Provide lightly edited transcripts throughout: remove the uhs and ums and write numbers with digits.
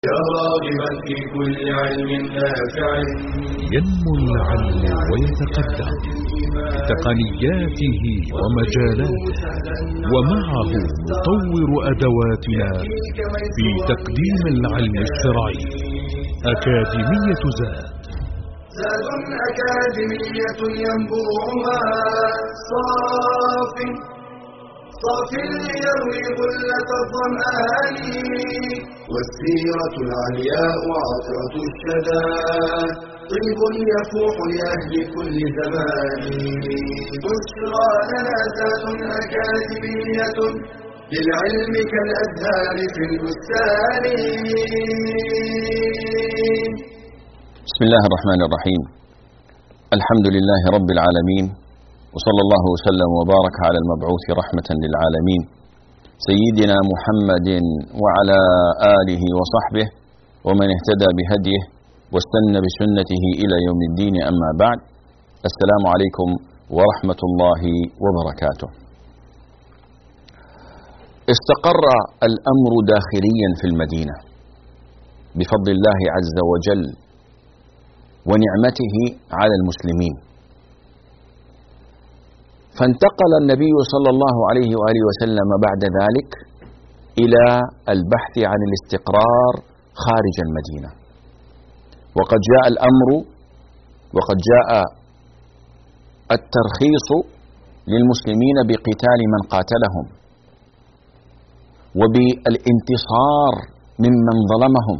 يا راغبا في كل علم نافع ينمو العلم ويتقدم بتقنياته ومجالاته، ومعه نطور أدواتنا في تقديم العلم الشرعي. أكاديمية زاد أكاديمية ينبوعها صاف ليروي غلة الظمآن، والسيرة العلياء عطرة الشدى طيب يفوح لأهل كل زمان. بشرى لنا زاد أكاديمية للعلم كالأزهار في البستان. بسم الله الرحمن الرحيم. الحمد لله رب العالمين، وصلى الله وسلم وبارك على المبعوث رحمة للعالمين سيدنا محمد وعلى آله وصحبه ومن اهتدى بهديه واستنى بسنته إلى يوم الدين. أما بعد، السلام عليكم ورحمة الله وبركاته. استقر الأمر داخليا في المدينة بفضل الله عز وجل ونعمته على المسلمين، فانتقل النبي صلى الله عليه وآله وسلم بعد ذلك إلى البحث عن الاستقرار خارج المدينة، وقد جاء الأمر وقد جاء الترخيص للمسلمين بقتال من قاتلهم وبالانتصار ممن ظلمهم.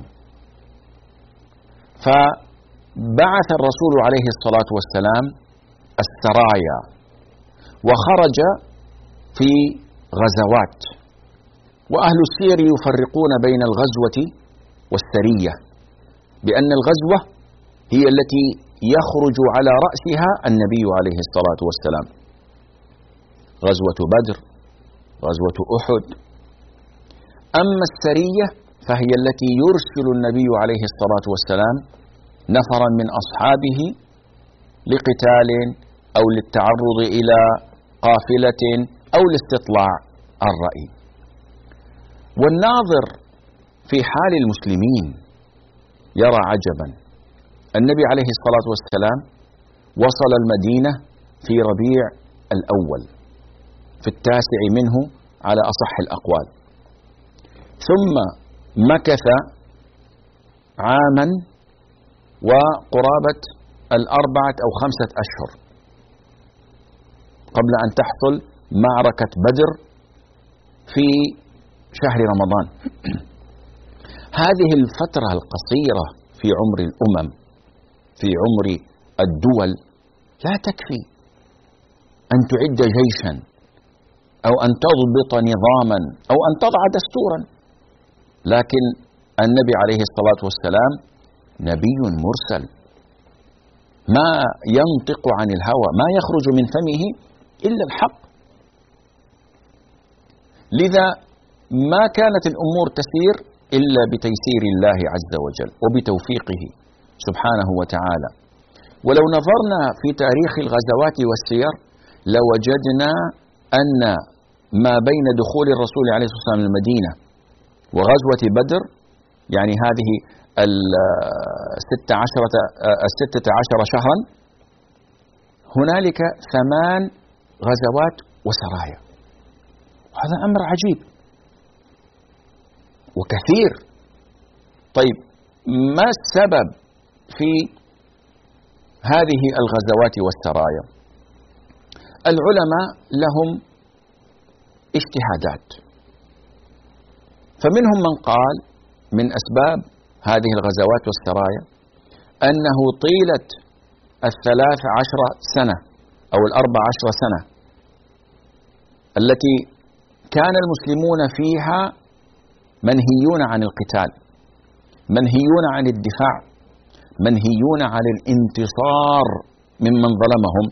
فبعث الرسول عليه الصلاة والسلام السرايا وخرج في غزوات، وأهل السير يفرقون بين الغزوة والسرية، بأن الغزوة هي التي يخرج على رأسها النبي عليه الصلاة والسلام، غزوة بدر، غزوة أحد. أما السرية فهي التي يرسل النبي عليه الصلاة والسلام نفرا من أصحابه لقتال أو للتعرض إلى قافلة أو لاستطلاع الرأي. والناظر في حال المسلمين يرى عجبا. النبي عليه الصلاة والسلام وصل المدينة في ربيع الأول في 9 منه على أصح الأقوال، ثم مكث عاما وقرابة 4 أو 5 أشهر قبل أن تحصل معركة بدر في شهر رمضان. هذه الفترة القصيرة في عمر الأمم، في عمر الدول، لا تكفي أن تعد جيشا أو أن تضبط نظاما أو أن تضع دستورا، لكن النبي عليه الصلاة والسلام نبي مرسل، ما ينطق عن الهوى، ما يخرج من فمه إلا الحق. لذا ما كانت الأمور تسير إلا بتيسير الله عز وجل وبتوفيقه سبحانه وتعالى. ولو نظرنا في تاريخ الغزوات والسير لوجدنا أن ما بين دخول الرسول عليه الصلاة والسلام المدينة وغزوة بدر، يعني هذه 16 شهرا، هنالك 8 غزوات وسرايا. هذا أمر عجيب وكثير. طيب، ما السبب في هذه الغزوات والسرايا؟ العلماء لهم اجتهادات، فمنهم من قال من أسباب هذه الغزوات والسرايا أنه طيلة 13 سنة أو 14 سنة التي كان المسلمون فيها منهيون عن القتال، منهيون عن الدفاع، منهيون عن الانتصار ممن ظلمهم،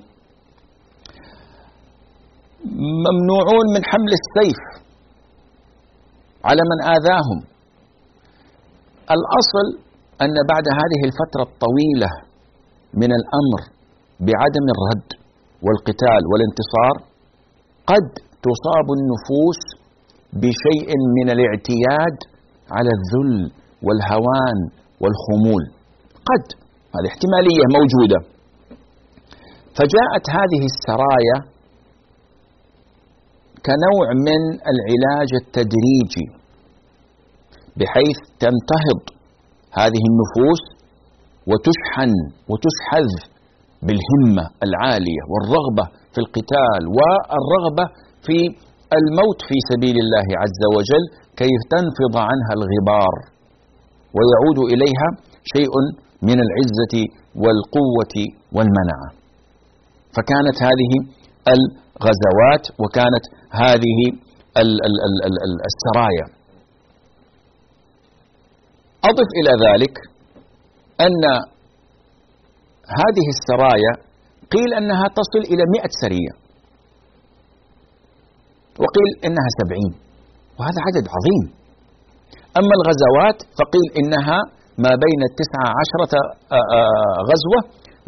ممنوعون من حمل السيف على من آذاهم. الأصل أن بعد هذه الفترة الطويلة من الأمر بعدم الرد والقتال والانتصار قد تصاب النفوس بشيء من الاعتياد على الذل والهوان والخمول، قد هذه احتمالية موجودة. فجاءت هذه السرايا كنوع من العلاج التدريجي، بحيث تنتهض هذه النفوس وتشحن وتشحذ بالهمة العالية والرغبة في القتال والرغبة في الموت في سبيل الله عز وجل، كي تنفض عنها الغبار ويعود إليها شيء من العزة والقوة والمنعة. فكانت هذه الغزوات وكانت هذه السرايا. أضف إلى ذلك أن هذه السرايا قيل أنها تصل إلى 100 سرية، وقيل إنها 70، وهذا عدد عظيم. أما الغزوات فقيل إنها ما بين 19 غزوة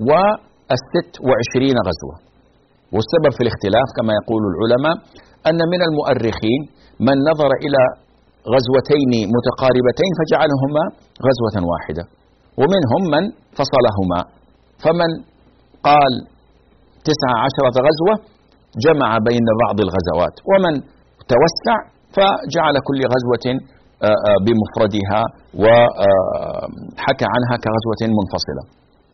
و26 غزوة. والسبب في الاختلاف كما يقول العلماء أن من المؤرخين من نظر إلى غزوتين متقاربتين فجعلهما غزوة واحدة، ومنهم من فصلهما، فمن قال 19 غزوة جمع بين بعض الغزوات، ومن توسع فجعل كل غزوة بمفردها وحكى عنها كغزوة منفصلة.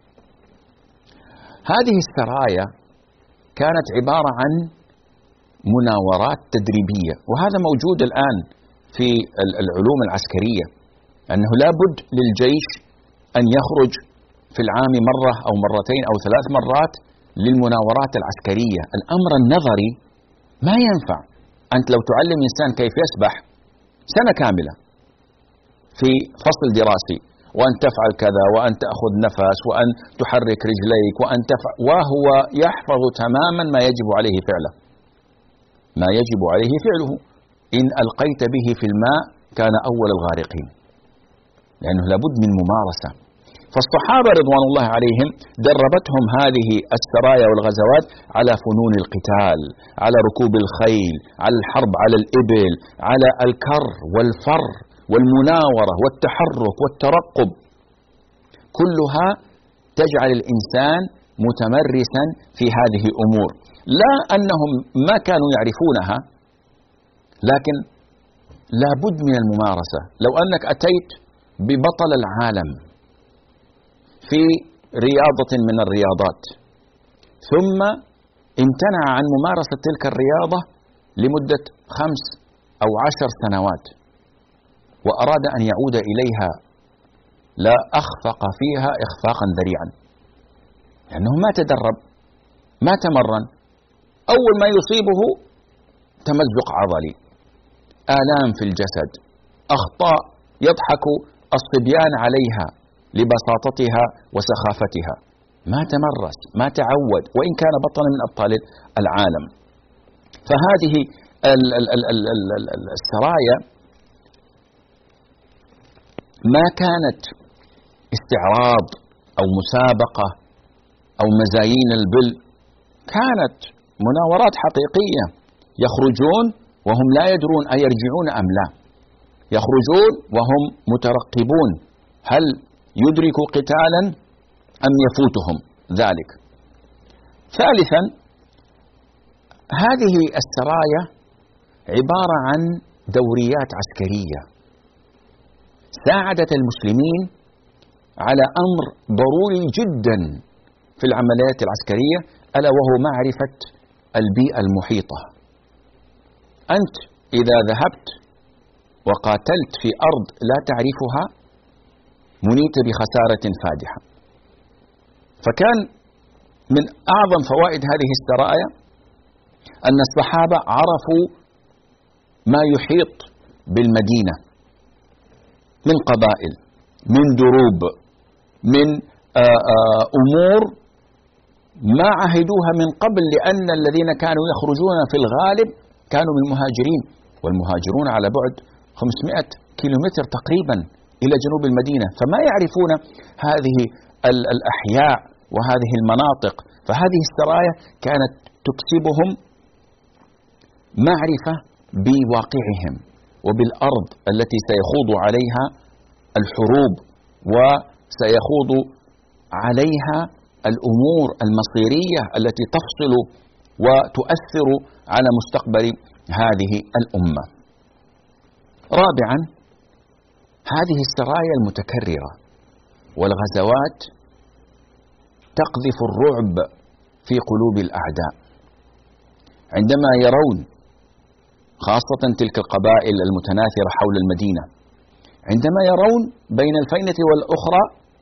هذه السرايا كانت عبارة عن مناورات تدريبية، وهذا موجود الآن في العلوم العسكرية، أنه لا بد للجيش أن يخرج في العام مرة أو مرتين أو 3 مرات للمناورات العسكرية. الأمر النظري ما ينفع. أنت لو تعلم إنسان كيف يسبح سنة كاملة في فصل دراسي، وأن تفعل كذا، وأن تأخذ نفس، وأن تحرك رجليك، وأن تفعل، وهو يحفظ تماما ما يجب عليه فعله، ما يجب عليه فعله. إن ألقيت به في الماء كان أول الغارقين، لأنه لابد من ممارسة. فالصحابة رضوان الله عليهم دربتهم هذه السرايا والغزوات على فنون القتال، على ركوب الخيل، على الحرب على الإبل، على الكر والفر والمناورة والتحرك والترقب، كلها تجعل الإنسان متمرسا في هذه الأمور. لا أنهم ما كانوا يعرفونها، لكن لا بد من الممارسة. لو أنك أتيت ببطل العالم في رياضة من الرياضات ثم امتنع عن ممارسة تلك الرياضة لمدة 5 أو 10 سنوات وأراد أن يعود إليها، لا أخفق فيها إخفاقا ذريعا، لأنه ما تدرب، ما تمرن. أول ما يصيبه تمزق عضلي، آلام في الجسد، أخطاء يضحك الصبيان عليها لبساطتها وسخافتها، ما تمرس، ما تعود، وإن كان بطلا من أبطال العالم. فهذه السرايا ما كانت استعراض أو مسابقة أو مزايين البل، كانت مناورات حقيقية، يخرجون وهم لا يدرون أيرجعون أم لا، يخرجون وهم مترقبون هل يدركوا قتالا أم يفوتهم ذلك. ثالثا، هذه السرايا عبارة عن دوريات عسكرية ساعدت المسلمين على أمر ضروري جدا في العمليات العسكرية، ألا وهو معرفة البيئة المحيطة. أنت إذا ذهبت وقاتلت في أرض لا تعرفها منيت بخسارة فادحة. فكان من أعظم فوائد هذه السرايا أن الصحابة عرفوا ما يحيط بالمدينة من قبائل، من دروب، من أمور ما عهدوها من قبل، لأن الذين كانوا يخرجون في الغالب كانوا من المهاجرين، والمهاجرون على بعد 500 كيلومتر تقريبا إلى جنوب المدينة، فما يعرفون هذه الأحياء وهذه المناطق. فهذه السرايا كانت تكسبهم معرفة بواقعهم وبالأرض التي سيخوض عليها الحروب وسيخوض عليها الأمور المصيرية التي تفصل وتؤثر على مستقبل هذه الأمة. رابعا، هذه السرايا المتكررة والغزوات تقذف الرعب في قلوب الأعداء عندما يرون، خاصة تلك القبائل المتناثرة حول المدينة، عندما يرون بين الفينة والأخرى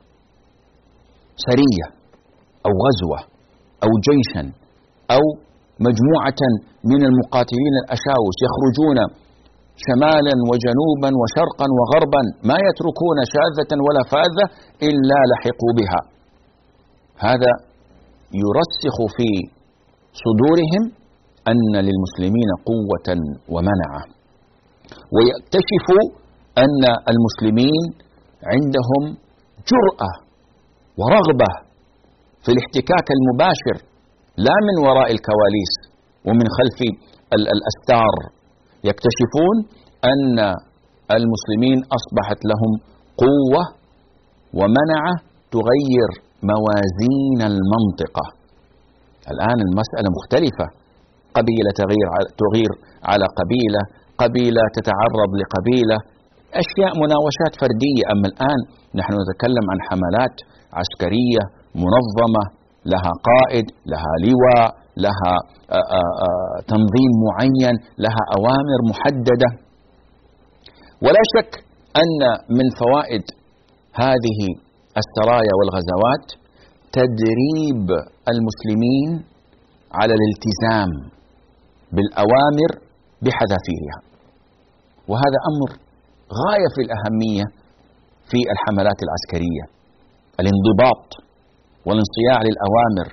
سرية أو غزوة أو جيشا أو مجموعة من المقاتلين الأشاوس يخرجون شمالا وجنوبا وشرقا وغربا ما يتركون شاذة ولا فاذة إلا لحقوا بها. هذا يرسخ في صدورهم أن للمسلمين قوة ومنعة، ويكتشف أن المسلمين عندهم جرأة ورغبة في الاحتكاك المباشر لا من وراء الكواليس ومن خلف الأستار. يكتشفون أن المسلمين أصبحت لهم قوة ومنعة تغير موازين المنطقة. الآن المسألة مختلفة، قبيلة تغير على قبيلة، قبيلة تتعرض لقبيلة، أشياء مناوشات فردية. أما الآن نحن نتكلم عن حملات عسكرية منظمة لها قائد، لها لواء، لها تنظيم معين، لها أوامر محددة. ولا شك أن من فوائد هذه السرايا والغزوات تدريب المسلمين على الالتزام بالأوامر بحذافيرها، وهذا أمر غاية في الأهمية في الحملات العسكرية. الانضباط والانصياع للأوامر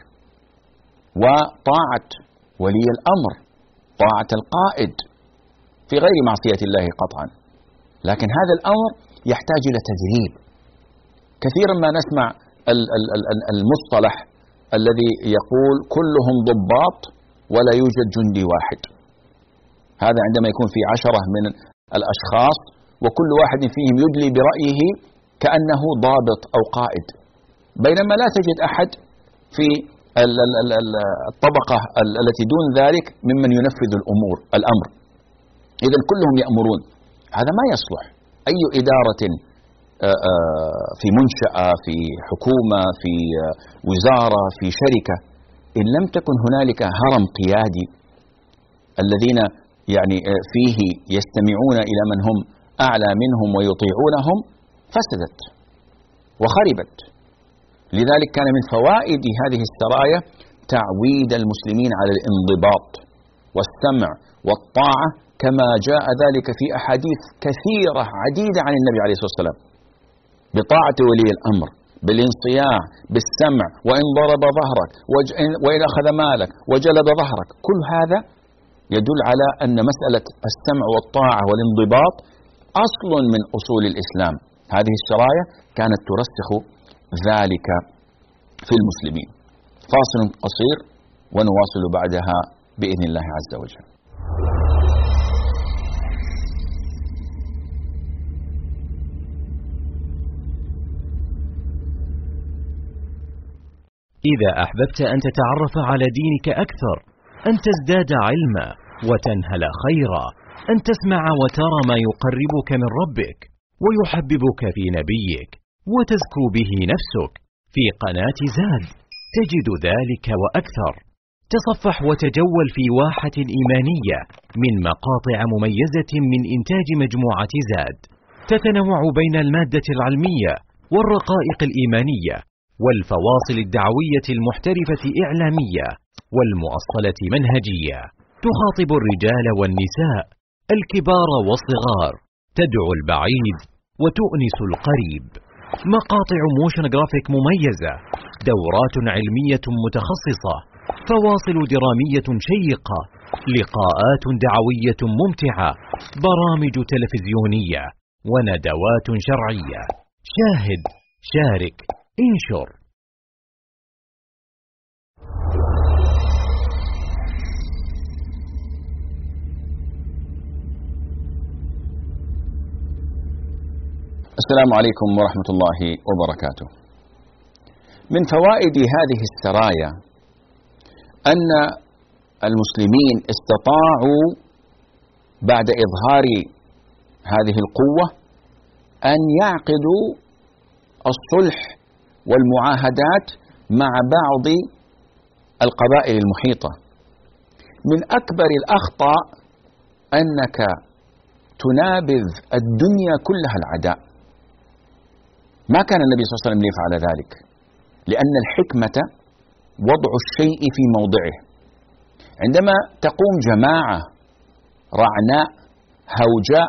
وطاعة ولي الأمر، طاعة القائد في غير معصية الله قطعا، لكن هذا الأمر يحتاج إلى تدريب. كثيرا ما نسمع المصطلح الذي يقول كلهم ضباط ولا يوجد جندي واحد. هذا عندما يكون في 10 من الأشخاص وكل واحد فيهم يدلي برأيه كأنه ضابط أو قائد، بينما لا تجد أحد في الطبقة التي دون ذلك ممن ينفذ الأمر. إذن كلهم يأمرون، هذا ما يصلح. أي إدارة في منشأة، في حكومة، في وزارة، في شركة، إن لم تكن هنالك هرم قيادي الذين يعني فيه يستمعون إلى من هم أعلى منهم ويطيعونهم، فسدت وخربت. لذلك كان من فوائد هذه السرايا تعويد المسلمين على الانضباط والسمع والطاعة، كما جاء ذلك في أحاديث كثيرة عديدة عن النبي عليه الصلاة والسلام، بطاعة ولي الأمر، بالانصياع، بالسمع، وإن ضرب ظهرك وإن أخذ مالك وجلد ظهرك. كل هذا يدل على أن مسألة السمع والطاعة والانضباط أصل من أصول الإسلام. هذه السرايا كانت ترسخ ذلك في المسلمين. فاصل قصير ونواصل بعدها بإذن الله عز وجل. إذا أحببت أن تتعرف على دينك أكثر، أن تزداد علما وتنهل خيرا، أن تسمع وترى ما يقربك من ربك ويحببك في نبيك وتزكو به نفسك، في قناة زاد تجد ذلك وأكثر. تصفح وتجول في واحة إيمانية من مقاطع مميزة من إنتاج مجموعة زاد، تتنوع بين المادة العلمية والرقائق الإيمانية والفواصل الدعوية المحترفة إعلامية والمؤصلة منهجية، تخاطب الرجال والنساء، الكبار والصغار، تدعو البعيد وتؤنس القريب. مقاطع موشن جرافيك مميزة، دورات علمية متخصصة، فواصل درامية شيقة، لقاءات دعوية ممتعة، برامج تلفزيونية وندوات شرعية. شاهد، شارك، انشر. السلام عليكم ورحمة الله وبركاته. من فوائد هذه السرايا أن المسلمين استطاعوا بعد إظهار هذه القوة أن يعقدوا الصلح والمعاهدات مع بعض القبائل المحيطة. من أكبر الأخطاء أنك تنابذ الدنيا كلها العداء. ما كان النبي صلى الله عليه وسلم ليفعل ذلك، لأن الحكمة وضع الشيء في موضعه. عندما تقوم جماعة رعناء هوجاء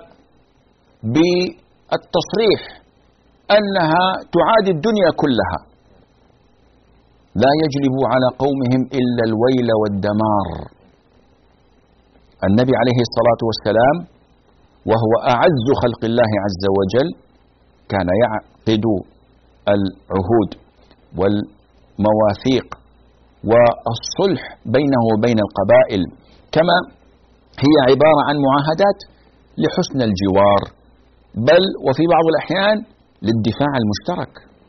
بالتصريح أنها تعادي الدنيا كلها، لا يجلب على قومهم إلا الويل والدمار. النبي عليه الصلاة والسلام وهو أعز خلق الله عز وجل كان يعقد العهود والمواثيق والصلح بينه وبين القبائل، كما هي عبارة عن معاهدات لحسن الجوار، بل وفي بعض الأحيان للدفاع المشترك،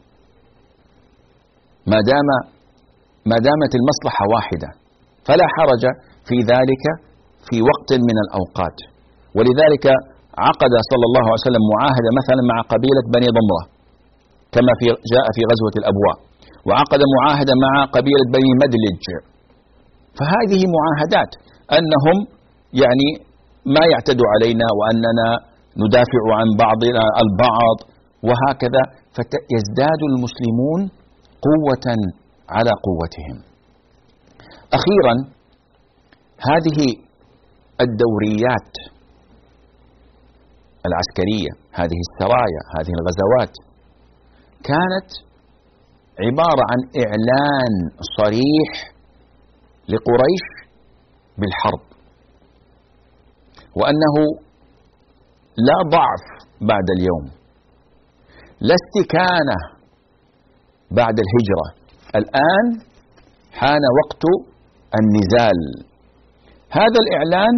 ما دامت المصلحة واحدة فلا حرج في ذلك في وقت من الأوقات. ولذلك عقد صلى الله عليه وسلم معاهدة مثلا مع قبيلة بني ضمرة كما جاء في غزوة الأبواء، وعقد معاهدة مع قبيلة بني مدلج. فهذه معاهدات أنهم يعني ما يعتدوا علينا وأننا ندافع عن بعضنا البعض وهكذا، فيزداد المسلمون قوة على قوتهم. أخيرا، هذه الدوريات العسكرية، هذه السرايا، هذه الغزوات كانت عبارة عن إعلان صريح لقريش بالحرب، وأنه لا ضعف بعد اليوم، لا استكانة بعد الهجرة، الآن حان وقت النزال. هذا الإعلان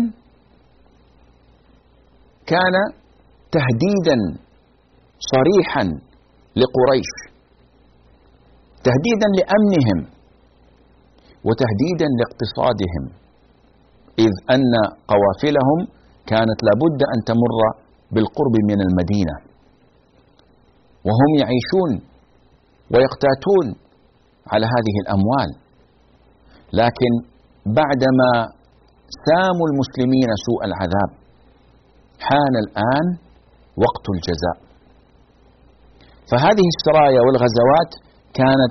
كان تهديدا صريحا لقريش، تهديدا لأمنهم وتهديدا لاقتصادهم، إذ أن قوافلهم كانت لابد أن تمر بالقرب من المدينة، وهم يعيشون ويقتاتون على هذه الأموال. لكن بعدما ساموا المسلمين سوء العذاب حان الآن وقت الجزاء. فهذه السرايا والغزوات كانت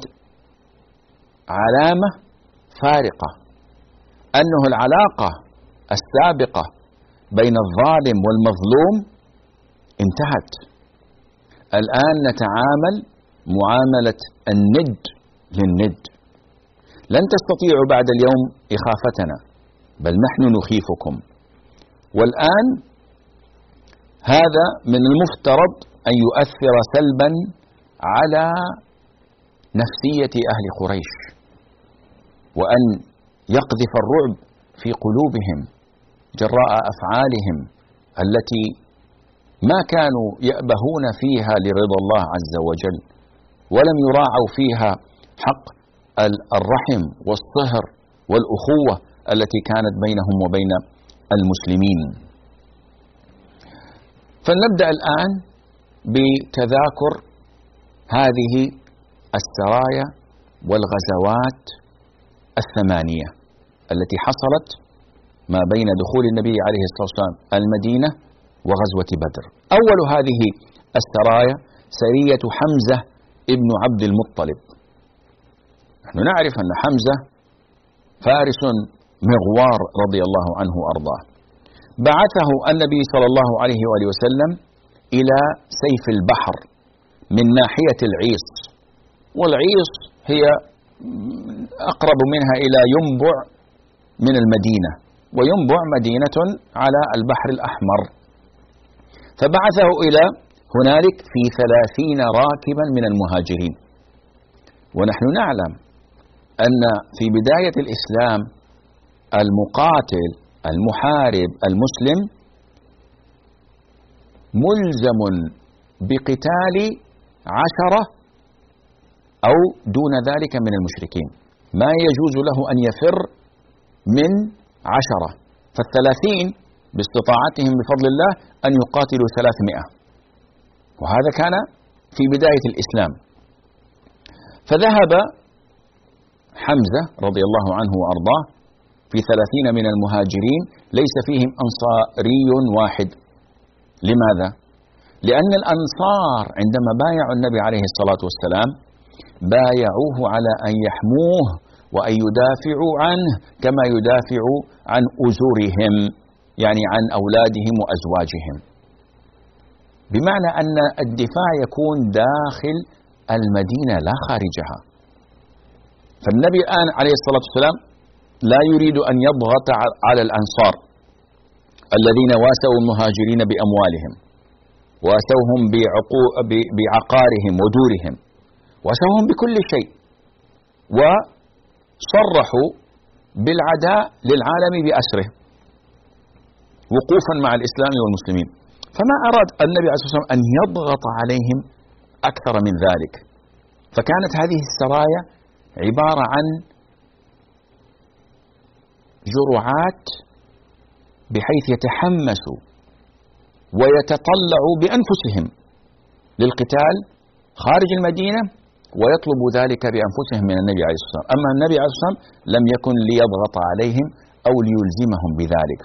علامة فارقة أنه العلاقة السابقة بين الظالم والمظلوم انتهت. الآن نتعامل معاملة الند للند. لن تستطيعوا بعد اليوم إخافتنا، بل نحن نخيفكم. والآن هذا من المفترض أن يؤثر سلبا على نفسية أهل قريش، وأن يقذف الرعب في قلوبهم جراء أفعالهم التي ما كانوا يأبهون فيها لرضا الله عز وجل، ولم يراعوا فيها حق الرحم والصهر والأخوة التي كانت بينهم وبين المسلمين. فلنبدأ الآن بتذاكر هذه السرايا والغزوات الثمانية التي حصلت ما بين دخول النبي عليه الصلاة والسلام المدينة وغزوة بدر. أول هذه السرايا سرية حمزة ابن عبد المطلب. نحن نعرف أن حمزة فارس مغوار رضي الله عنه وأرضاه. بعثه النبي صلى الله عليه وآله وسلم إلى سيف البحر من ناحية العيص، والعيص هي أقرب منها إلى ينبع من المدينة، وينبع مدينة على البحر الأحمر. فبعثه إلى هنالك في 30 راكبا من المهاجرين. ونحن نعلم أن في بداية الإسلام المقاتل المحارب المسلم ملزم بقتال 10 أو دون ذلك من المشركين، ما يجوز له أن يفر من 10، ف30 باستطاعتهم بفضل الله أن يقاتلوا 300، وهذا كان في بداية الإسلام. فذهب حمزة رضي الله عنه وأرضاه في 30 من المهاجرين ليس فيهم أنصاري واحد. لماذا؟ لأن الأنصار عندما بايعوا النبي عليه الصلاة والسلام بايعوه على أن يحموه وأن يدافعوا عنه كما يدافعوا عن أزورهم، يعني عن أولادهم وأزواجهم، بمعنى أن الدفاع يكون داخل المدينة لا خارجها. فالنبي الآن عليه الصلاة والسلام لا يريد أن يضغط على الأنصار الذين واسوا المهاجرين بأموالهم، واسوهم بعقارهم ودورهم، واسوهم بكل شيء، وصرحوا بالعداء للعالم بأسره وقوفا مع الإسلام والمسلمين. فما أراد النبي عليه الصلاة والسلام أن يضغط عليهم أكثر من ذلك. فكانت هذه السرايا عبارة عن جرعات بحيث يتحمسوا ويتطلعوا بأنفسهم للقتال خارج المدينة ويطلبوا ذلك بأنفسهم من النبي عليه الصلاة والسلام. أما النبي عليه الصلاة والسلام لم يكن ليضغط عليهم أو ليلزمهم بذلك.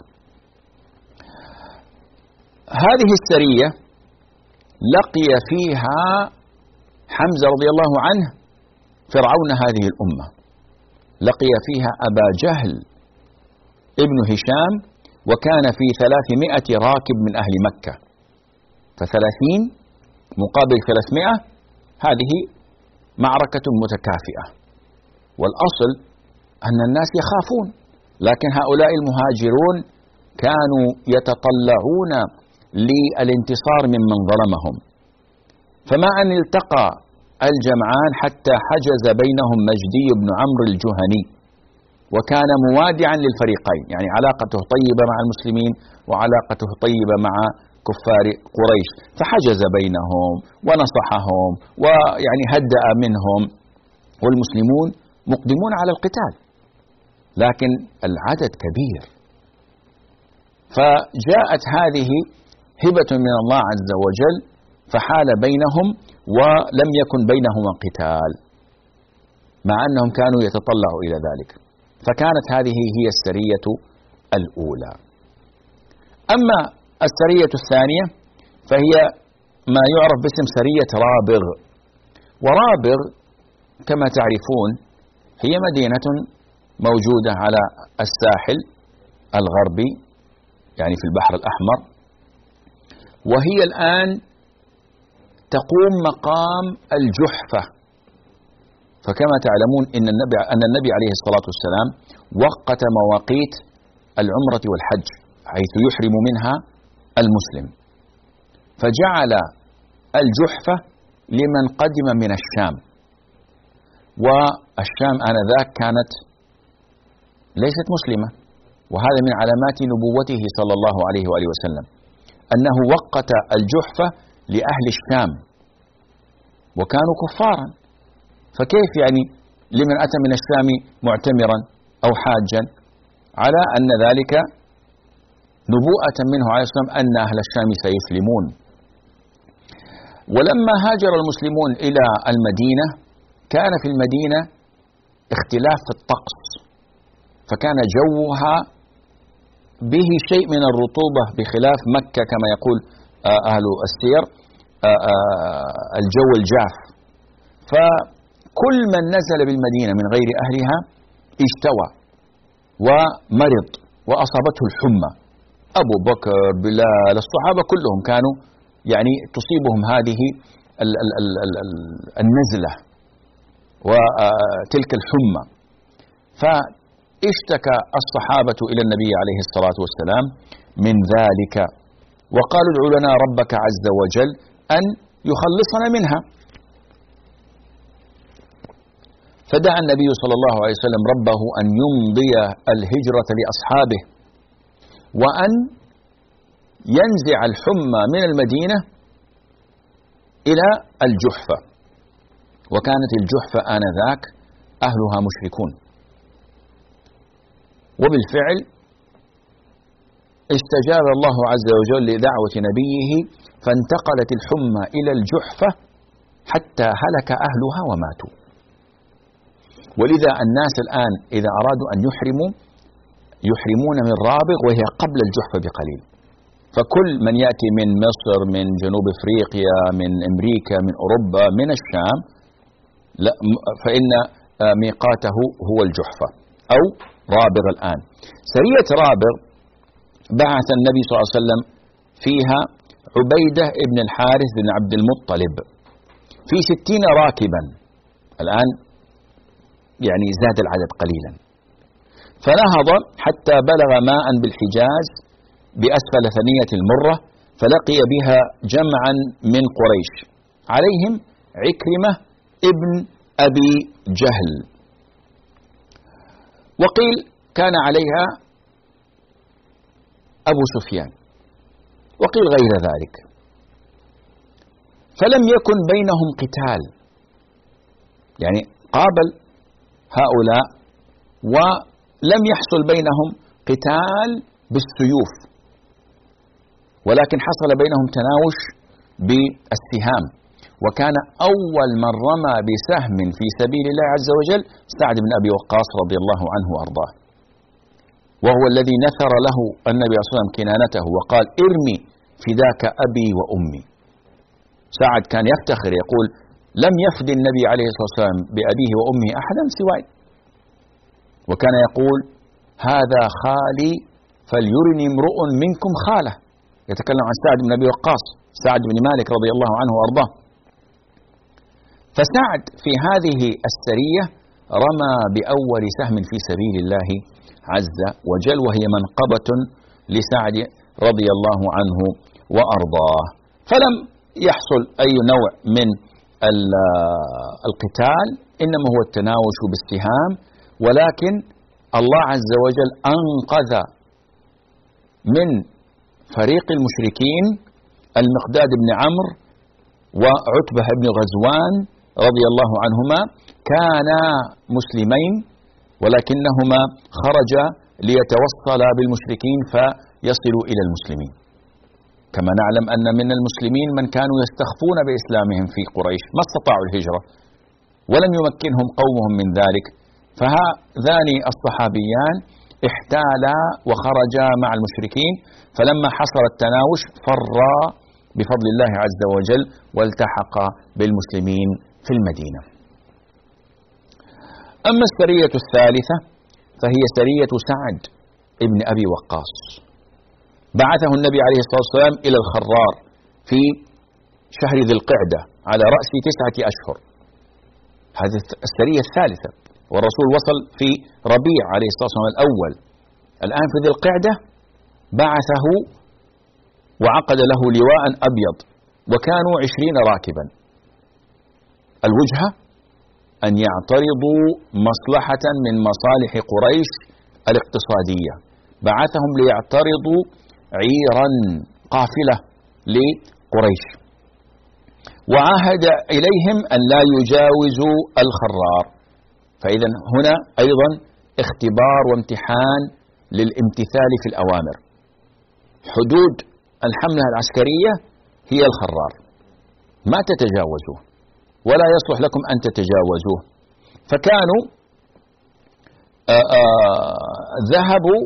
هذه السرية لقي فيها حمزة رضي الله عنه فرعون هذه الأمة، لقي فيها أبا جهل ابن هشام، وكان في 300 راكب من أهل مكة، ف30 مقابل 300 هذه معركة متكافئة. والأصل أن الناس يخافون، لكن هؤلاء المهاجرون كانوا يتطلعون للانتصار ممن ظلمهم. فما أن التقى الجمعان حتى حجز بينهم مجدي بن عمرو الجهني، وكان موادعا للفريقين، يعني علاقته طيبة مع المسلمين وعلاقته طيبة مع كفار قريش، فحجز بينهم ونصحهم ويعني هدأ منهم، والمسلمون مقدمون على القتال لكن العدد كبير. فجاءت هذه هبة من الله عز وجل فحال بينهم ولم يكن بينهما قتال، مع أنهم كانوا يتطلعوا إلى ذلك. فكانت هذه هي السرية الأولى. أما السرية الثانية فهي ما يعرف باسم سرية رابغ. ورابغ كما تعرفون هي مدينة موجودة على الساحل الغربي، يعني في البحر الأحمر، وهي الآن تقوم مقام الجحفة. فكما تعلمون أن النبي عليه الصلاة والسلام وقت مواقيت العمرة والحج حيث يحرم منها المسلم، فجعل الجحفة لمن قدم من الشام. والشام آنذاك كانت ليست مسلمة، وهذا من علامات نبوته صلى الله عليه وآله وسلم أنه وقت الجحفة لأهل الشام وكانوا كفارا، فكيف يعني لمن أتى من الشام معتمرا أو حاجا، على أن ذلك نبوءة منه عليه الصلاة والسلام أن أهل الشام سيسلمون. ولما هاجر المسلمون إلى المدينة كان في المدينة اختلاف في الطقس، فكان جوها به شيء من الرطوبة بخلاف مكة كما يقول أهل السير الجو الجاف. فكل من نزل بالمدينة من غير أهلها اجتوى ومرض وأصابته الحمى، أبو بكر، بلال، الصحابة كلهم كانوا يعني تصيبهم هذه النزلة وتلك الحمى. فاشتكى الصحابة إلى النبي عليه الصلاة والسلام من ذلك، وقالوا ادع لنا ربك عز وجل أن يخلصنا منها. فدعا النبي صلى الله عليه وسلم ربه أن يمضي الهجرة لأصحابه وأن ينزع الحمى من المدينة إلى الجحفة، وكانت الجحفة آنذاك أهلها مشركون، وبالفعل استجاب الله عز وجل لدعوة نبيه فانتقلت الحمى إلى الجحفة حتى هلك أهلها وماتوا. ولذا الناس الآن إذا أرادوا أن يحرمون من رابغ وهي قبل الجحفة بقليل. فكل من يأتي من مصر، من جنوب أفريقيا، من أمريكا، من أوروبا، من الشام، فإن ميقاته هو الجحفة أو رابغ. الآن سرية رابغ بعث النبي صلى الله عليه وسلم فيها عبيدة بن الحارث بن عبد المطلب في 60 راكبا. الآن يعني زاد العدد قليلا، فنهض حتى بلغ ماء بالحجاز بأسفل ثنية المرة، فلقي بها جمعا من قريش عليهم عكرمة ابن أبي جهل، وقيل كان عليها أبو سفيان، وقيل غير ذلك. فلم يكن بينهم قتال، يعني قابل هؤلاء ولم يحصل بينهم قتال بالسيوف، ولكن حصل بينهم تناوش بالسهام. وكان أول من رمى بسهم في سبيل الله عز وجل سعد بن أبي وقاص رضي الله عنه وأرضاه، وهو الذي نثر له النبي صلى الله عليه وسلم كنانته وقال: ارمي فداك أبي وأمي. سعد كان يفتخر يقول: لم يفد النبي عليه الصلاة والسلام بأبيه وأمه أحدا سواي. وكان يقول: هذا خالي فليرني امرؤ منكم خاله، يتكلم عن سعد بن أبي وقاص، سعد بن مالك رضي الله عنه وأرضاه. فسعد في هذه السرية رمى بأول سهم في سبيل الله عز وجل، وهي منقبة لسعد رضي الله عنه وأرضاه. فلم يحصل أي نوع من القتال، إنما هو التناوش بالسهام. ولكن الله عز وجل أنقذ من فريق المشركين المقداد بن عمرو وعتبة بن غزوان رضي الله عنهما، كانا مسلمين ولكنهما خرجا ليتوصلا بالمشركين فيصلوا إلى المسلمين. كما نعلم أن من المسلمين من كانوا يستخفون بإسلامهم في قريش، ما استطاعوا الهجرة ولم يمكنهم قومهم من ذلك، فهذان الصحابيان احتالا وخرجا مع المشركين، فلما حصل التناوش فرا بفضل الله عز وجل والتحقا بالمسلمين في المدينة. أما السرية الثالثة فهي سرية سعد ابن أبي وقاص، بعثه النبي عليه الصلاة والسلام إلى الخرار في شهر ذي القعدة على رأس 9 أشهر. هذه السرية الثالثة، والرسول وصل في ربيع عليه الصلاة والسلام الأول. الآن في ذي القعدة بعثه وعقد له لواء أبيض، وكانوا 20 راكبا. الوجهة أن يعترضوا مصلحة من مصالح قريش الاقتصادية، بعثهم ليعترضوا عيرا قافلة لقريش، وعاهد إليهم أن لا يجاوزوا الخرار. فإذا هنا أيضا اختبار وامتحان للامتثال في الأوامر. حدود الحملة العسكرية هي الخرار، ما تتجاوزوه ولا يصلح لكم أن تتجاوزوه. فكانوا ذهبوا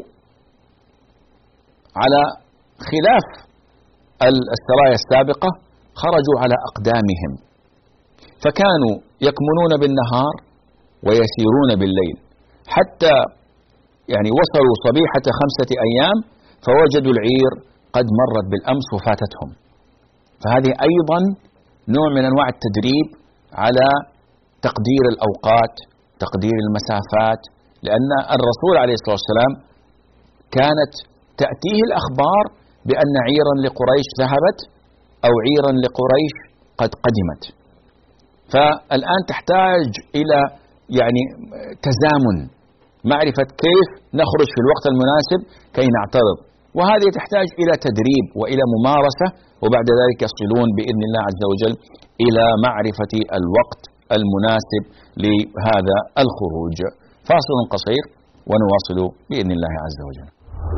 على خلاف السرايا السابقة، خرجوا على أقدامهم، فكانوا يكمنون بالنهار ويسيرون بالليل، حتى يعني وصلوا صبيحة 5 أيام فوجدوا العير قد مرت بالأمس وفاتتهم. فهذه أيضا نوع من أنواع التدريب على تقدير الأوقات، تقدير المسافات، لأن الرسول عليه الصلاة والسلام كانت تأتيه الأخبار بأن عيرا لقريش ذهبت أو عيرا لقريش قد قدمت. فالآن تحتاج إلى يعني تزامن، معرفة كيف نخرج في الوقت المناسب كي نعترض. وهذه تحتاج إلى تدريب وإلى ممارسة، وبعد ذلك يصلون بإذن الله عز وجل إلى معرفة الوقت المناسب لهذا الخروج. فاصل قصير ونواصل بإذن الله عز وجل.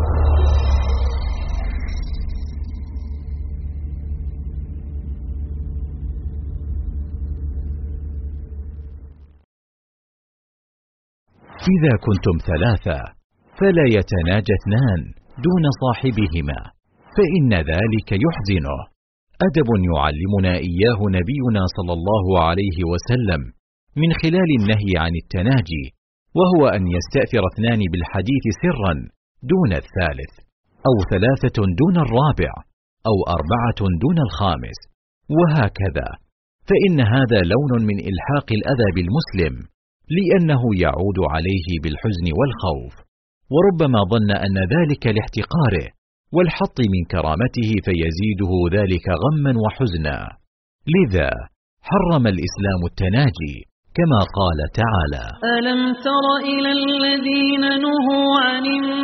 إذا كنتم ثلاثة فلا يتناجى اثنان دون صاحبهما، فإن ذلك يحزنه. أدب يعلمنا إياه نبينا صلى الله عليه وسلم من خلال النهي عن التناجي، وهو أن يستأثر اثنان بالحديث سرا دون الثالث، أو ثلاثة دون الرابع، أو أربعة دون الخامس، وهكذا، فإن هذا لون من إلحاق الأذى بالمسلم، لأنه يعود عليه بالحزن والخوف، وربما ظن أن ذلك لاحتقاره والحط من كرامته فيزيده ذلك غما وحزنا. لذا حرم الإسلام التناجي كما قال تعالى: ألم تر إلى الذين نهوا عن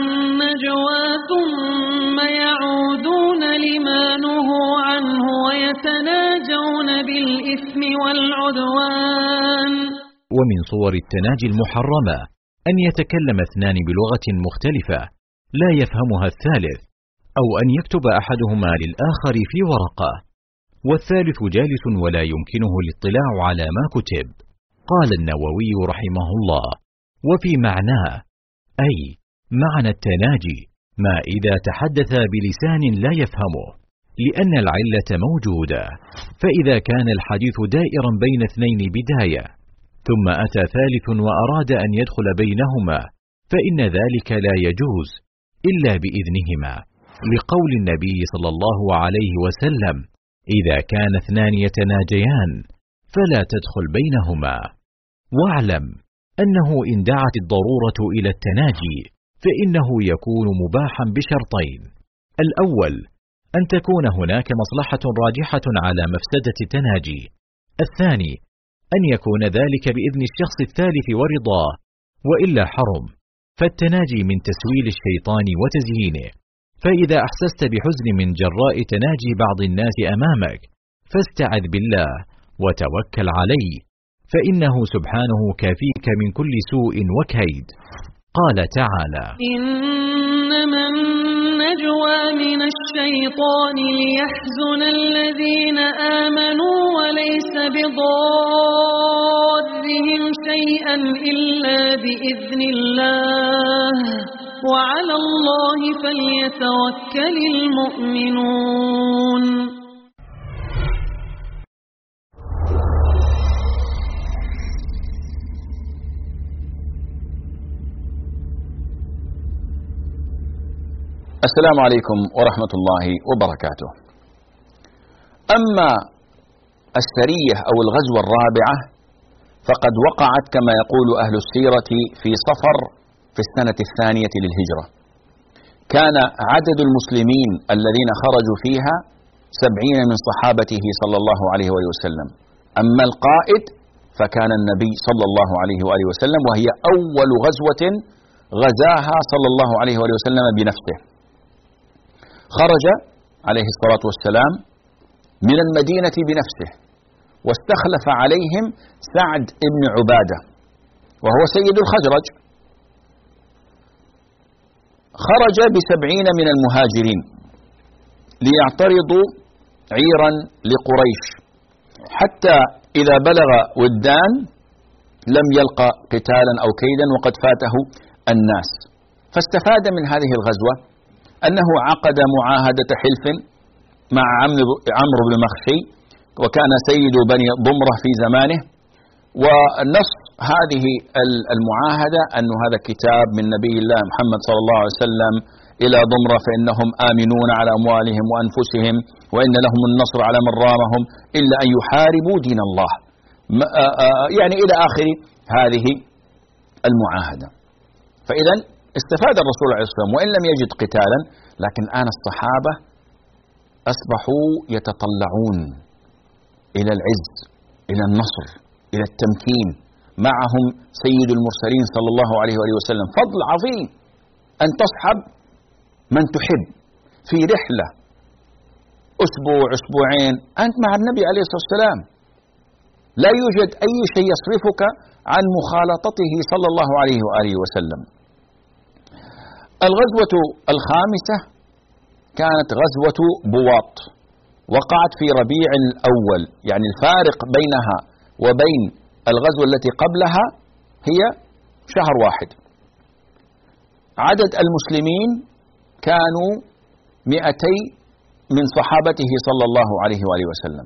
النجوى ثم يعودون لما نهوا عنه ويتناجون بالإثم والعدوان. ومن صور التناجي المحرمة أن يتكلم اثنان بلغة مختلفة لا يفهمها الثالث، أو أن يكتب أحدهما للآخر في ورقة والثالث جالس ولا يمكنه الاطلاع على ما كتب. قال النووي رحمه الله: وفي معناه، أي معنى التناجي ما إذا تحدث بلسان لا يفهمه، لأن العلة موجودة، فإذا كان الحديث دائرا بين اثنين بداية ثم أتى ثالث وأراد أن يدخل بينهما فإن ذلك لا يجوز إلا بإذنهما، لقول النبي صلى الله عليه وسلم: إذا كان اثنان يتناجيان فلا تدخل بينهما. واعلم أنه إن دعت الضرورة إلى التناجي فإنه يكون مباحا بشرطين: الأول أن تكون هناك مصلحة راجحة على مفسدة التناجي، الثاني أن يكون ذلك بإذن الشخص الثالث ورضاه، وإلا حرم، فالتناجي من تسويل الشيطان وتزيينه. فإذا أحسست بحزن من جراء تناجي بعض الناس أمامك فاستعذ بالله وتوكل عليه، فإنه سبحانه كافيك من كل سوء وكيد. قال تعالى: إنما النجوى من الشيطان ليحزن الذين آمنوا وليس بضارهم شيئا إلا بإذن الله وعلى الله فليتوكل المؤمنون. السلام عليكم ورحمة الله وبركاته. أما السرية أو الغزوة الرابعة فقد وقعت كما يقول أهل السيرة في صفر في السنة الثانية للهجرة. كان عدد المسلمين الذين خرجوا فيها 70 من صحابته صلى الله عليه وآله وسلم. أما القائد فكان النبي صلى الله عليه وآله وسلم، وهي أول غزوة غزاها صلى الله عليه وآله وسلم بنفسه. خرج عليه الصلاة والسلام من المدينة بنفسه، واستخلف عليهم سعد بن عبادة وهو سيد الخزرج. خرج ب70 من المهاجرين ليعترضوا عيرا لقريش، حتى إذا بلغ ودان لم يلقى قتالا أو كيدا وقد فاته الناس. فاستفاد من هذه الغزوة أنه عقد معاهدة حلف مع عمرو بن مخشي، وكان سيد بني ضمرة في زمانه. ونص هذه المعاهدة أن هذا كتاب من نبي الله محمد صلى الله عليه وسلم إلى ضمرة فإنهم آمنون على أموالهم وأنفسهم وإن لهم النصر على من رامهم إلا أن يحاربوا دين الله، يعني إلى آخر هذه المعاهدة. فإذا استفاد الرسول عليه الصلاة والسلام وإن لم يجد قتالا، لكن الآن الصحابة أصبحوا يتطلعون إلى العز، إلى النصر، إلى التمكين. معهم سيد المرسلين صلى الله عليه وآله وسلم. فضل عظيم أن تصحب من تحب في رحلة أسبوع أسبوعين أنت مع النبي عليه الصلاة والسلام، لا يوجد أي شيء يصرفك عن مخالطته صلى الله عليه وآله وسلم. الغزوة الخامسة كانت غزوة بواط، وقعت في ربيع الأول، يعني الفارق بينها وبين الغزوة التي قبلها هي شهر واحد. عدد المسلمين كانوا 200 من صحابته صلى الله عليه وآله وسلم،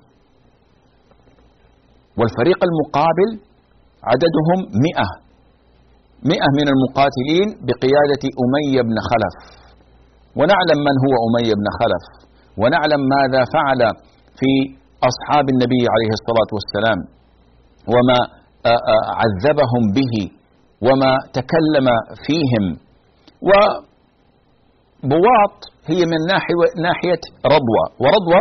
والفريق المقابل عددهم 100 من المقاتلين بقيادة أمية بن خلف، ونعلم من هو أمية بن خلف، ونعلم ماذا فعل في أصحاب النبي عليه الصلاة والسلام، وما عذبهم به، وما تكلم فيهم. وبواط هي من ناحية رضوى، ورضوى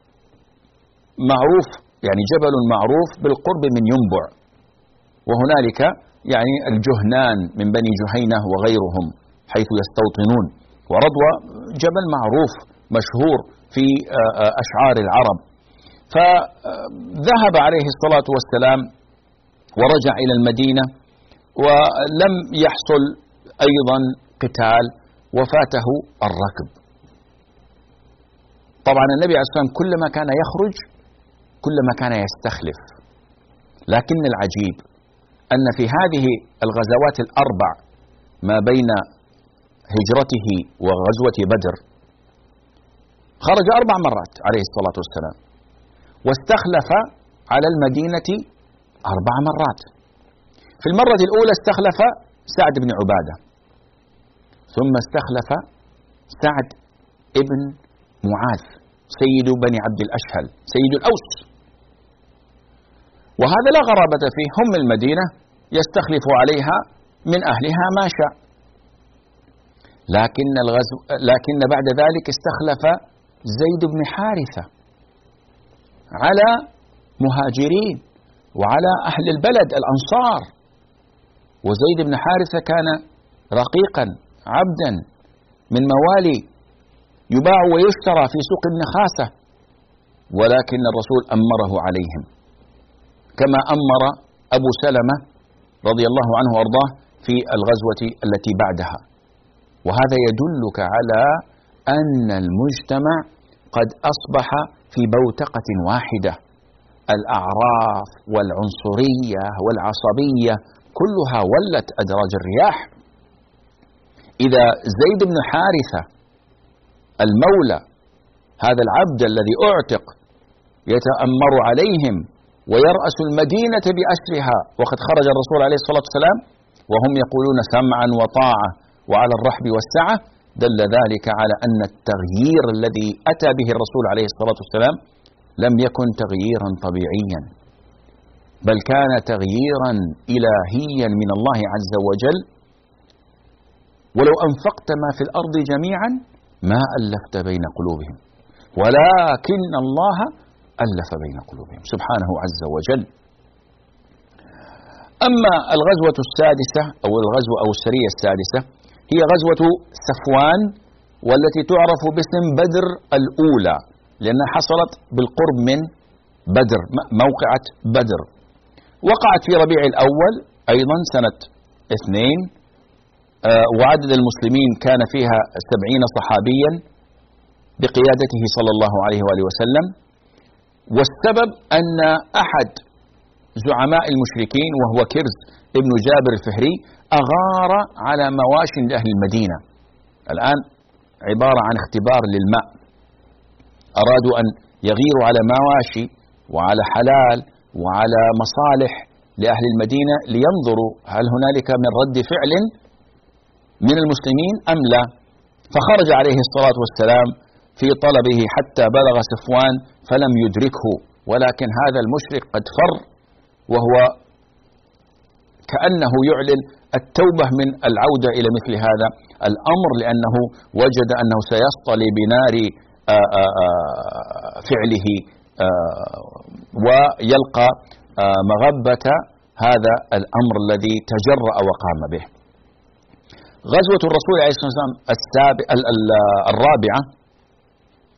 معروف يعني جبل معروف بالقرب من ينبع، وهنالك يعني الجهنان من بني جهينة وغيرهم حيث يستوطنون، ورضوى جبل معروف مشهور في أشعار العرب. فذهب عليه الصلاة والسلام ورجع إلى المدينة، ولم يحصل أيضا قتال، وفاته الركب. طبعا النبي عليه الصلاة والسلام كلما كان يخرج كلما كان يستخلف، لكن العجيب أن في هذه الغزوات الأربع ما بين هجرته وغزوة بدر خرج 4 مرات عليه الصلاة والسلام، واستخلف على المدينة 4 مرات. في المرة الأولى استخلف سعد بن عبادة، ثم استخلف سعد ابن معاذ سيد بني عبد الأشهل سيد الأوس، وهذا لا غرابة فيه، هم المدينة يستخلف عليها من أهلها ما شاء. لكن بعد ذلك استخلف زيد بن حارثة على مهاجرين وعلى أهل البلد الأنصار، وزيد بن حارثة كان رقيقا عبدا من موالي يباع ويشترى في سوق النخاسة، ولكن الرسول أمره عليهم كما أمر أبو سلمة رضي الله عنه وأرضاه في الغزوة التي بعدها. وهذا يدلك على أن المجتمع قد أصبح في بوتقة واحدة، الأعراف والعنصرية والعصبية كلها ولت أدراج الرياح. إذا زيد بن حارثة المولى، هذا العبد الذي أعتق، يتأمر عليهم ويرأس المدينة بأسرها، وقد خرج الرسول عليه الصلاة والسلام وهم يقولون سمعا وطاعة وعلى الرحب والسعة، دل ذلك على أن التغيير الذي أتى به الرسول عليه الصلاة والسلام لم يكن تغييرا طبيعيا، بل كان تغييرا إلهيا من الله عز وجل. ولو أنفقت ما في الأرض جميعا ما ألفت بين قلوبهم، ولكن الله ألف بين قلوبهم سبحانه عز وجل. أما الغزوة السادسة أو الغزوة أو السرية السادسة هي غزوة صفوان، والتي تعرف باسم بدر الأولى، لأنها حصلت بالقرب من بدر، موقعة بدر. وقعت في ربيع الأول أيضا سنة 2، وعدد المسلمين كان فيها 70 صحابيا بقيادته صلى الله عليه وآله وسلم. والسبب أن أحد زعماء المشركين وهو كرز ابن جابر الفهري أغار على مواشٍ لأهل المدينة. الآن عبارة عن اختبار للماء، أرادوا أن يغيروا على مواشي وعلى حلال وعلى مصالح لأهل المدينة لينظروا هل هنالك من رد فعل من المسلمين أم لا. فخرج عليه الصلاة والسلام في طلبه حتى بلغ صفوان فلم يدركه، ولكن هذا المشرك قد فر، وهو كأنه يعلن التوبة من العودة إلى مثل هذا الأمر، لأنه وجد أنه سيصطلي بنار فعله ويلقى مغبة هذا الأمر الذي تجرأ وقام به. غزوة الرسول عليه الصلاة والسلام الرابعة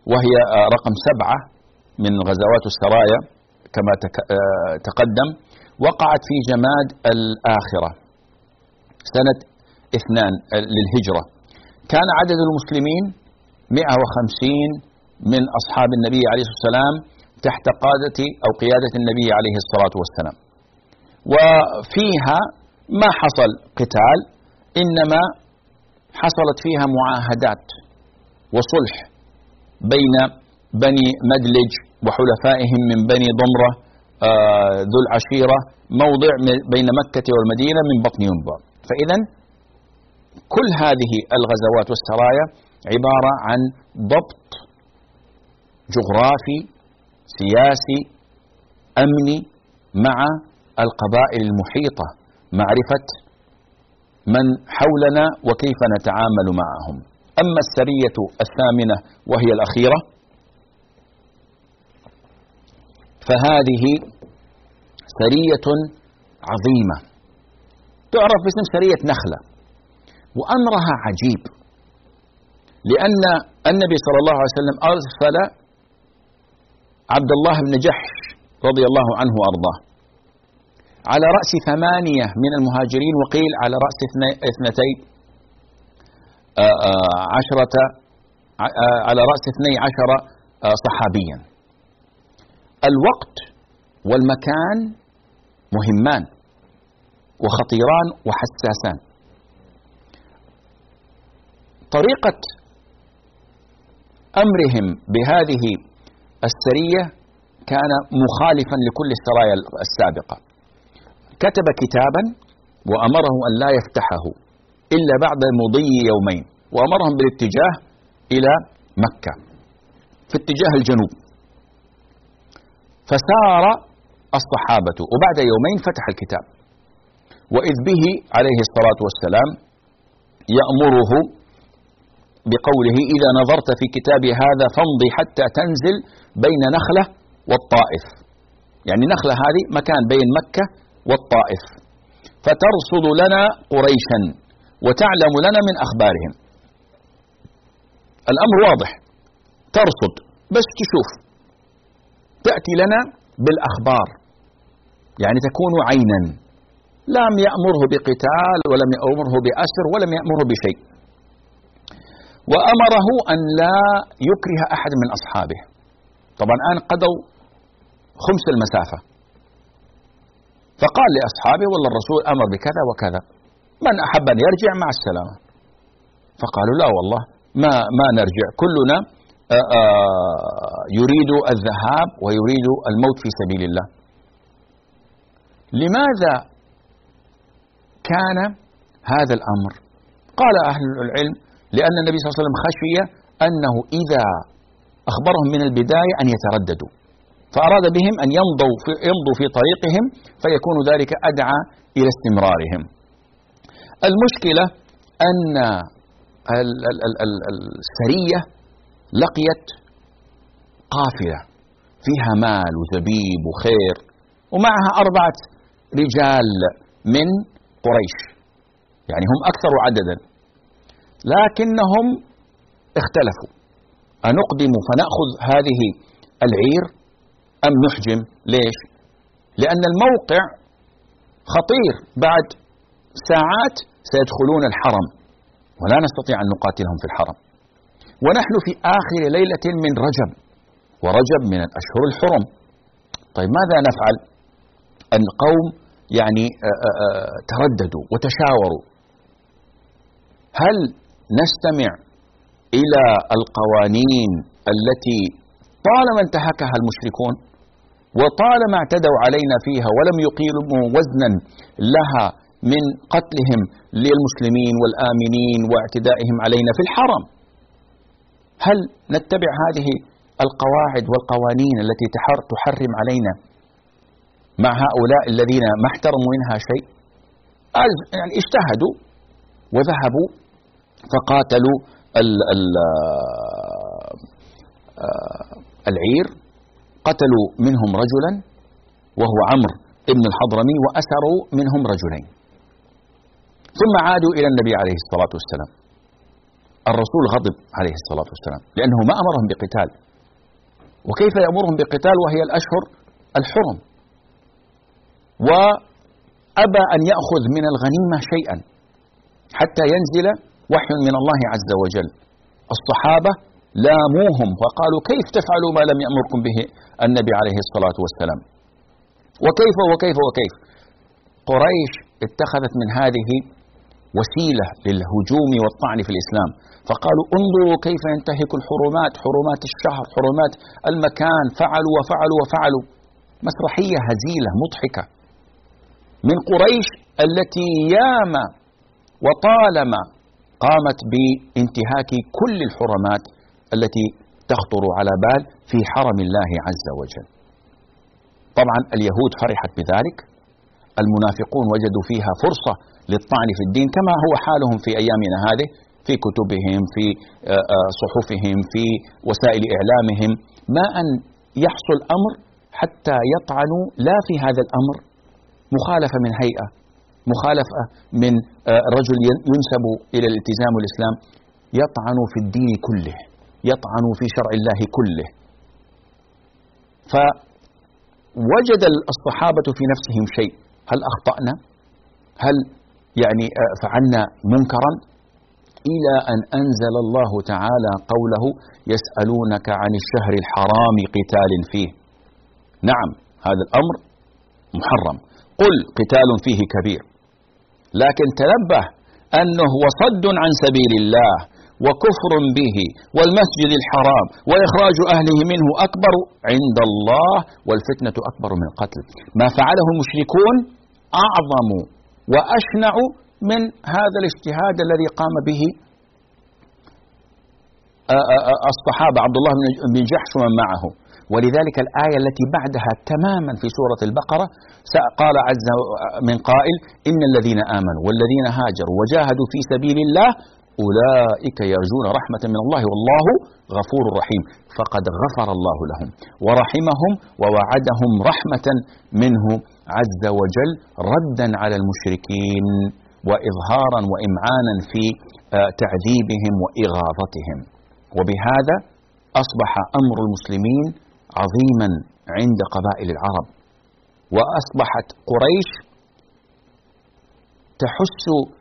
وهي رقم 7 من غزوات السرايا كما تقدم، وقعت في جماد الآخرة سنة 2 للهجرة. كان عدد المسلمين 150 من أصحاب النبي عليه الصلاة والسلام تحت قادة أو قيادة النبي عليه الصلاة والسلام، وفيها ما حصل قتال، إنما حصلت فيها معاهدات وصلح بين بني مدلج وحلفائهم من بني ضمرة ذو العشيرة، موضع بين مكة والمدينة من بطن ينبع. فإذا كل هذه الغزوات والسرايا عبارة عن ضبط جغرافي سياسي أمني مع القبائل المحيطة، معرفة من حولنا وكيف نتعامل معهم. أما السرية 8 وهي الأخيرة فهذه سرية عظيمة تعرف باسم سرية نخلة، وأمرها عجيب، لأن النبي صلى الله عليه وسلم أرسل عبد الله بن جحش رضي الله عنه وأرضاه على رأس 8 من المهاجرين، وقيل على رأس 12 صحابيا. الوقت والمكان مهمان وخطيران وحساسان. طريقة أمرهم بهذه السرية كان مخالفا لكل السرايا السابقة. كتب كتابا وأمرهم أن لا يفتحه إلا بعد مضي يومين، وأمرهم بالاتجاه إلى مكة في اتجاه الجنوب. فسار الصحابة وبعد يومين فتح الكتاب، وإذ به عليه الصلاة والسلام يأمره بقوله: إذا نظرت في كتابي هذا فامضي حتى تنزل بين نخلة والطائف، يعني نخلة هذه مكان بين مكة والطائف، فترصد لنا قريشا وتعلم لنا من أخبارهم. الأمر واضح، ترصد بس تشوف، تأتي لنا بالأخبار، يعني تكون عينا. لم يأمره بقتال ولم يأمره بأسر ولم يأمره بشيء، وأمره أن لا يكره أحد من أصحابه. طبعا الآن قضوا 5 المسافة، فقال لأصحابه: والله الرسول أمر بكذا وكذا، من أحب أن يرجع مع السلامة. فقالوا: لا والله ما نرجع، كلنا يريد الذهاب ويريد الموت في سبيل الله. لماذا كان هذا الأمر؟ قال أهل العلم: لأن النبي صلى الله عليه وسلم خشي أنه إذا أخبرهم من البداية أن يترددوا، فأراد بهم أن يمضوا في طريقهم، فيكون ذلك أدعى إلى استمرارهم. المشكلة أن السرية لقيت قافلة فيها مال وزبيب وخير، ومعها 4 رجال من قريش، يعني هم أكثر عددا، لكنهم اختلفوا: أنقدم فنأخذ هذه العير أم نحجم؟ ليش؟ لأن الموقع خطير، بعد ساعات سيدخلون الحرم ولا نستطيع أن نقاتلهم في الحرم، ونحن في آخر ليلة من رجب، ورجب من الأشهر الحرم. طيب ماذا نفعل؟ القوم يعني ترددوا وتشاوروا: هل نستمع إلى القوانين التي طالما انتهكها المشركون وطالما اعتدوا علينا فيها ولم يقيموا وزنا لها من قتلهم للمسلمين والآمنين واعتدائهم علينا في الحرم؟ هل نتبع هذه القواعد والقوانين التي تحرم علينا مع هؤلاء الذين ما احترموا منها شيء؟ يعني اجتهدوا وذهبوا فقاتلوا العير، قتلوا منهم رجلا وهو عمرو ابن الحضرمي، وأسروا منهم رجلين، ثم عادوا إلى النبي عليه الصلاة والسلام الرسول غضب عليه الصلاة والسلام لأنه ما أمرهم بقتال، وكيف يأمرهم بقتال وهي الأشهر الحرم؟ وأبى أن يأخذ من الغنيمة شيئا حتى ينزل وحي من الله عز وجل. الصحابة لاموهم وقالوا كيف تفعلوا ما لم يأمركم به النبي عليه الصلاة والسلام؟ وكيف وكيف وكيف؟ قريش اتخذت من هذه وسيلة للهجوم والطعن في الإسلام، فقالوا انظروا كيف ينتهك الحرمات، حرمات الشهر، حرمات المكان، فعلوا وفعلوا وفعلوا. مسرحية هزيلة مضحكة من قريش التي ياما وطالما قامت بانتهاك كل الحرمات التي تخطر على بال في حرم الله عز وجل. طبعا اليهود فرحت بذلك، المنافقون وجدوا فيها فرصة للطعن في الدين كما هو حالهم في أيامنا هذه، في كتبهم، في صحفهم، في وسائل إعلامهم، ما أن يحصل أمر حتى يطعنوا لا في هذا الأمر مخالفة من هيئة، مخالفة من رجل ينسب إلى الالتزام والإسلام، يطعنوا في الدين كله، يطعنوا في شرع الله كله. فوجد الصحابة في نفسهم شيء، هل أخطأنا؟ هل يعني فعلنا منكرا؟ إلى أن أنزل الله تعالى قوله يسألونك عن الشهر الحرام قتال فيه. نعم هذا الأمر محرم، قل قتال فيه كبير، لكن تنبه أنه وصد عن سبيل الله وكفر به والمسجد الحرام وإخراج أهله منه أكبر عند الله والفتنة أكبر من القتل. ما فعله المشركون أعظم وأشنع من هذا الاجتهاد الذي قام به الصحابة عبد الله بن جحش ومن معه. ولذلك الآية التي بعدها تماما في سورة البقرة قال عز من قائل إن الذين آمنوا والذين هاجروا وجاهدوا في سبيل الله أولئك يرجون رحمة من الله والله غفور رحيم. فقد غفر الله لهم ورحمهم ووعدهم رحمة منه عز وجل ردا على المشركين وإظهارا وإمعانا في تعذيبهم وإغاظتهم. وبهذا أصبح أمر المسلمين عظيما عند قبائل العرب، وأصبحت قريش تحس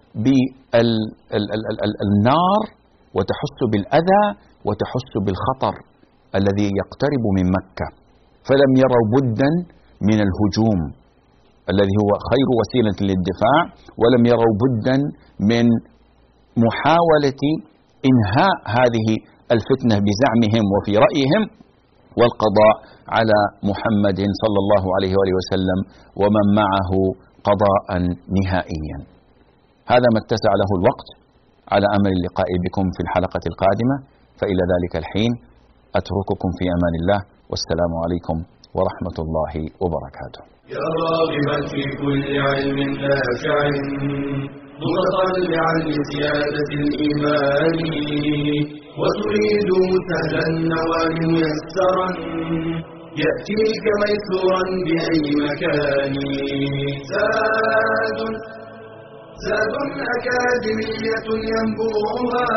بالنار وتحس بالأذى وتحس بالخطر الذي يقترب من مكة، فلم يروا بدا من الهجوم الذي هو خير وسيلة للدفاع، ولم يروا بدا من محاولة إنهاء هذه الفتنة بزعمهم وفي رأيهم والقضاء على محمد صلى الله عليه وآله وسلم ومن معه قضاء نهائيا. هذا ما اتسع له الوقت، على أمل اللقاء بكم في الحلقة القادمة، فإلى ذلك الحين أترككم في أمان الله، والسلام عليكم ورحمة الله وبركاته. يا راغبا في كل علم نافع متطلعا لزيادة الإيمان وتريد سهلا النوال ميسرا يأتيك ميسورا بأي مكان. زاد أكاديمية ينبوعها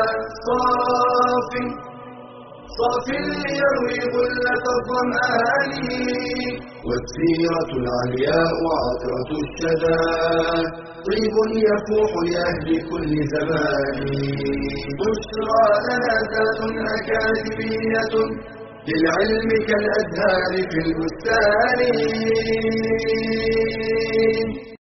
صاف ليروي غلة الظمآن والسيرة العلياء عطرة الشدى طيب يفوح لأهل كل زمان. بشرى لنا ذات أكاديمية للعلم كالأزهار في البستان.